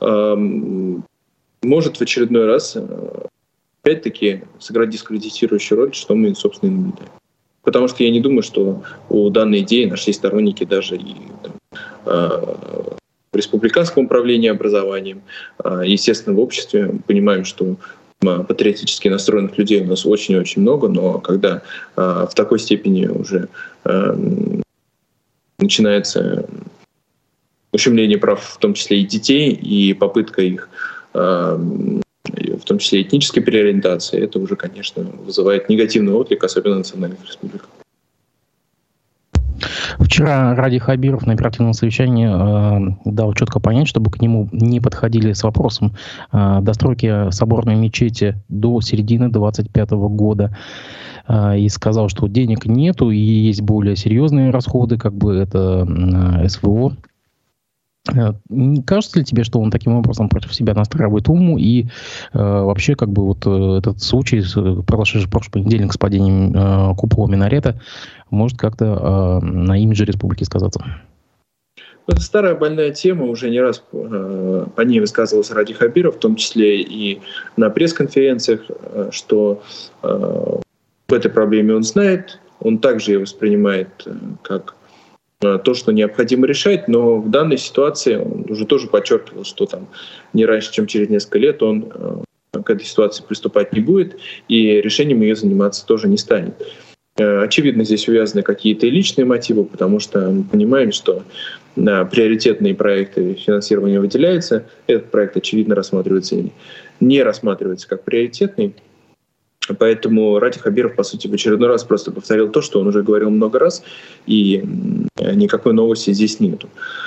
может в очередной раз опять-таки сыграть дискредитирующую роль, что мы, собственно, и наблюдаем. Потому что я не думаю, что у данной идеи нашлись сторонники даже и в республиканском управлении образованием, естественно, в обществе. Мы понимаем, что патриотически настроенных людей у нас очень-очень много, но когда в такой степени уже начинается ущемление прав, в том числе и детей, и попытка их, в том числе этнической переориентации, это уже, конечно, вызывает негативный отклик, особенно в национальных республиках. Вчера Ради Хабиров на оперативном совещании дал четко понять, чтобы к нему не подходили с вопросом достройки соборной мечети до середины 2025 года. И сказал, что денег нету, и есть более серьезные расходы, как бы это СВО. Не кажется ли тебе, что он таким образом против себя настраивает уму и вообще как бы вот этот случай, произошедший в прошлый понедельник с падением купола минарета, может как-то на имидже республики сказаться? Это старая больная тема, уже не раз по ней высказывался Ради Хабиров, в том числе и на пресс-конференциях, что об этой проблеме он знает, он также ее воспринимает как то, что необходимо решать, но в данной ситуации он уже тоже подчеркивал, что там не раньше, чем через несколько лет он к этой ситуации приступать не будет, и решением ее заниматься тоже не станет. Очевидно, здесь увязаны какие-то и личные мотивы, потому что мы понимаем, что на приоритетные проекты финансирование выделяется, этот проект, очевидно, рассматривается и не рассматривается как приоритетный. Поэтому Ради Хабиров, по сути, в очередной раз просто повторил то, что он уже говорил много раз, и никакой новости здесь нету.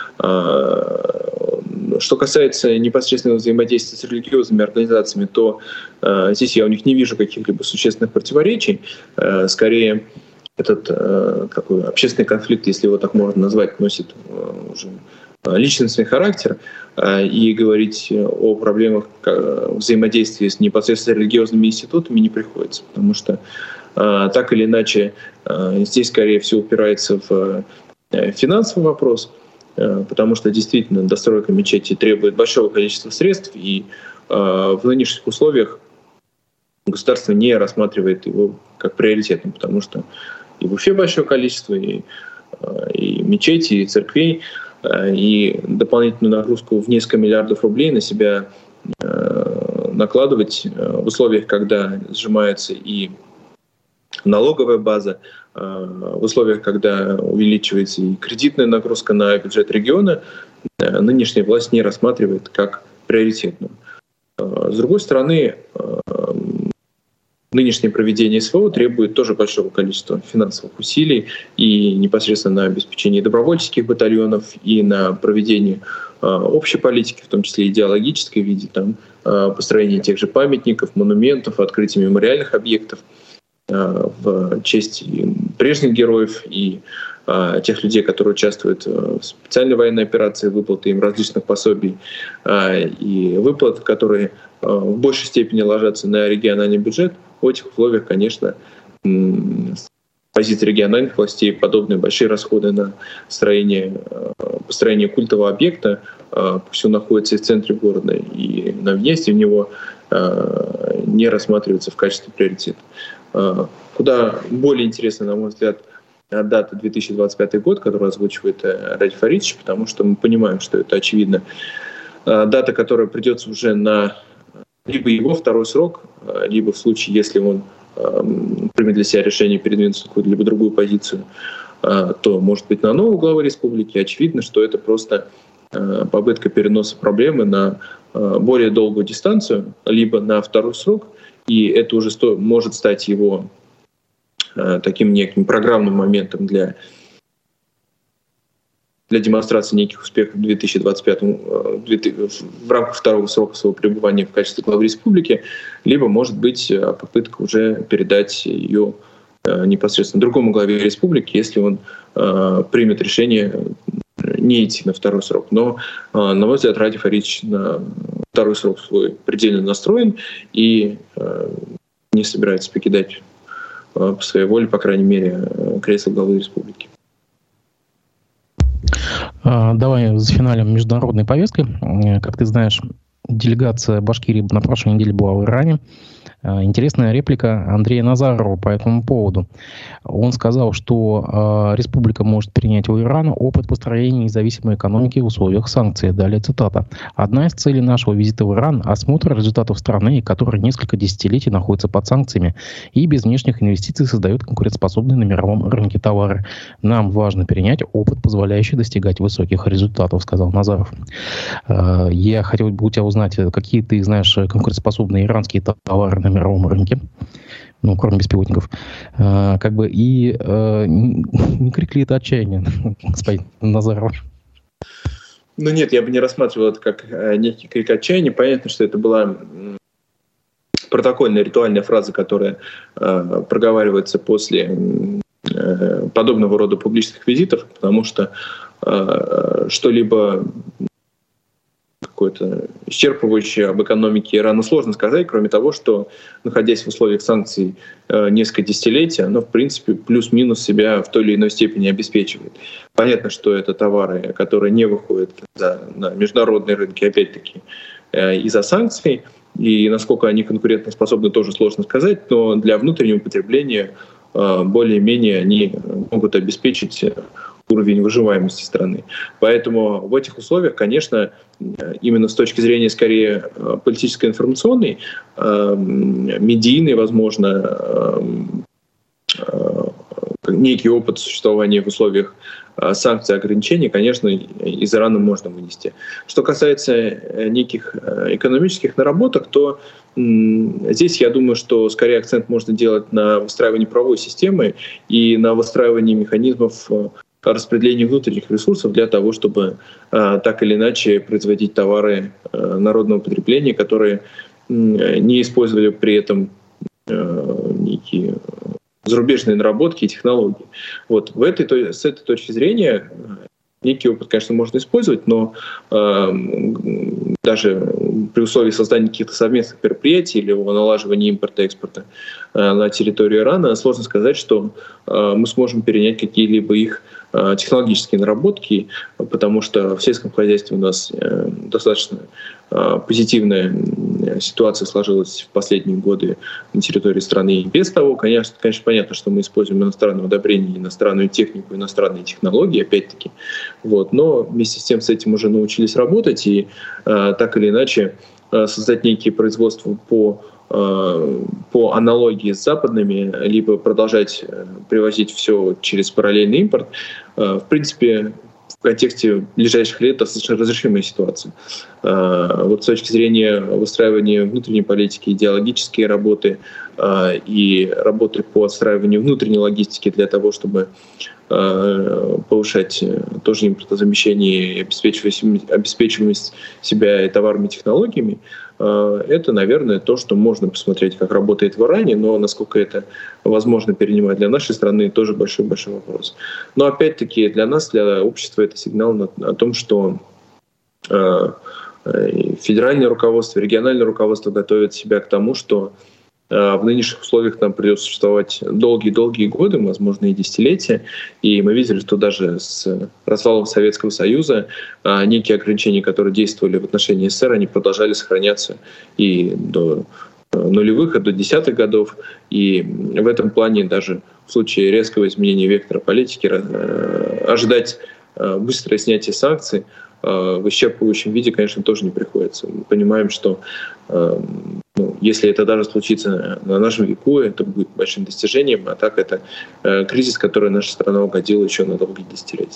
Что касается непосредственного взаимодействия с религиозными организациями, то здесь я у них не вижу каких-либо существенных противоречий. Скорее, этот такой общественный конфликт, если его так можно назвать, носит уже личностный характер, и говорить о проблемах взаимодействия с непосредственно религиозными институтами не приходится, потому что так или иначе здесь, скорее всего, упирается в финансовый вопрос, потому что действительно достройка мечети требует большого количества средств, и в нынешних условиях государство не рассматривает его как приоритетным, потому что и в Уфе большое количество, и мечетей, и церквей, и дополнительную нагрузку в несколько миллиардов рублей на себя накладывать в условиях, когда сжимается и налоговая база, в условиях, когда увеличивается и кредитная нагрузка на бюджет региона, нынешняя власть не рассматривает как приоритетную. С другой стороны, нынешнее проведение СВО требует тоже большого количества финансовых усилий и непосредственно на обеспечение добровольческих батальонов, и на проведение общей политики, в том числе идеологической, в виде там, построения тех же памятников, монументов, открытия мемориальных объектов в честь прежних героев и тех людей, которые участвуют в специальной военной операции, выплаты им различных пособий и выплат, которые в большей степени ложатся на региональный бюджет. В этих условиях, конечно, с позиции региональных властей подобные большие расходы на построение культового объекта, пусть он находится и в центре города, и на въезде в него, не рассматриваются в качестве приоритета. Куда более интересно, на мой взгляд, дата 2025 год, которую озвучивает Ради Фаридович, потому что мы понимаем, что это, очевидно, дата, которая придется уже на либо его второй срок, либо в случае, если он примет для себя решение передвинуться в какую-либо другую позицию, то, может быть, на нового главы республики. Очевидно, что это просто попытка переноса проблемы на более долгую дистанцию, либо на второй срок, и это уже может стать его таким неким программным моментом для демонстрации неких успехов в 2025 в рамках второго срока своего пребывания в качестве главы республики, либо, может быть, попытка уже передать ее непосредственно другому главе республики, если он примет решение не идти на второй срок. Но, на мой взгляд, Ради Фаридович на второй срок свой предельно настроен и не собирается покидать по своей воле, по крайней мере, кресло главы республики. Давай зафиналим международной повесткой. Как ты знаешь, делегация Башкирии на прошлой неделе была в Иране. Интересная реплика Андрея Назарова по этому поводу. Он сказал, что республика может перенять у Ирана опыт построения независимой экономики в условиях санкций. Далее цитата. «Одна из целей нашего визита в Иран – осмотр результатов страны, которая несколько десятилетий находится под санкциями и без внешних инвестиций создает конкурентоспособные на мировом рынке товары. Нам важно перенять опыт, позволяющий достигать высоких результатов», сказал Назаров. Я хотел бы у тебя узнать, какие ты знаешь конкурентоспособные иранские товары на мировом рынке, ну, кроме беспилотников, не крик ли это отчаяние, господин Назаров? Ну нет, я бы не рассматривал это как некий крик отчаяния. Понятно, что это была протокольная, ритуальная фраза, которая проговаривается после подобного рода публичных визитов, потому что что-либо какое-то исчерпывающее об экономике Ирана сложно сказать, кроме того, что, находясь в условиях санкций несколько десятилетий, оно, в принципе, плюс-минус себя в той или иной степени обеспечивает. Понятно, что это товары, которые не выходят на международные рынки, опять-таки, из-за санкций, и насколько они конкурентоспособны, тоже сложно сказать, но для внутреннего потребления более-менее они могут обеспечить уровень выживаемости страны. Поэтому в этих условиях, конечно, именно с точки зрения скорее политической, информационной, медийной, возможно, некий опыт существования в условиях санкций и ограничений, конечно, из Ирана можно вынести. Что касается неких экономических наработок, то здесь я думаю, что скорее акцент можно делать на выстраивании правовой системы и на выстраивании механизмов распределения внутренних ресурсов для того, чтобы так или иначе производить товары народного потребления, которые не использовали при этом некие зарубежные наработки и технологии. Вот. С этой точки зрения некий опыт, конечно, можно использовать, но даже при условии создания каких-то совместных мероприятий или налаживания импорта-экспорта на территорию Ирана сложно сказать, что мы сможем перенять какие-либо их технологические наработки, потому что в сельском хозяйстве у нас достаточно позитивная ситуация сложилась в последние годы на территории страны. И без того, конечно, понятно, что мы используем иностранное удобрение, иностранную технику, иностранные технологии, опять-таки. Вот. Но вместе с тем с этим уже научились работать и так или иначе создать некие производства по аналогии с западными, либо продолжать привозить все через параллельный импорт, в принципе, в контексте ближайших лет достаточно разрешимая ситуация. Вот с точки зрения выстраивания внутренней политики, идеологические работы и работы по отстраиванию внутренней логистики для того, чтобы повышать тоже импортозамещение и обеспечиваемость себя и товарами и технологиями, это, наверное, то, что можно посмотреть, как работает в Иране, но насколько это возможно перенимать для нашей страны, тоже большой-большой вопрос. Но опять-таки для нас, для общества, это сигнал о том, что федеральное руководство, региональное руководство готовит себя к тому, что в нынешних условиях нам придется существовать долгие-долгие годы, возможно, и десятилетия. И мы видели, что даже с развалом Советского Союза некие ограничения, которые действовали в отношении СССР, они продолжали сохраняться и до нулевых, и до десятых годов. И в этом плане даже в случае резкого изменения вектора политики ожидать быстрое снятие санкций в исчерпывающем виде, конечно, тоже не приходится. Мы понимаем, что если это даже случится на нашем веку, это будет большим достижением, а так это кризис, который наша страна угодила еще на долгие десятилетия.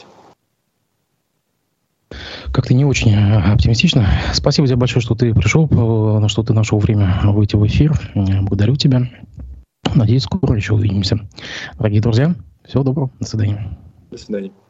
Как-то не очень оптимистично. Спасибо тебе большое, что ты пришел, что ты нашел время выйти в эфир. Благодарю тебя. Надеюсь, скоро еще увидимся. Дорогие друзья, всего доброго. До свидания. До свидания.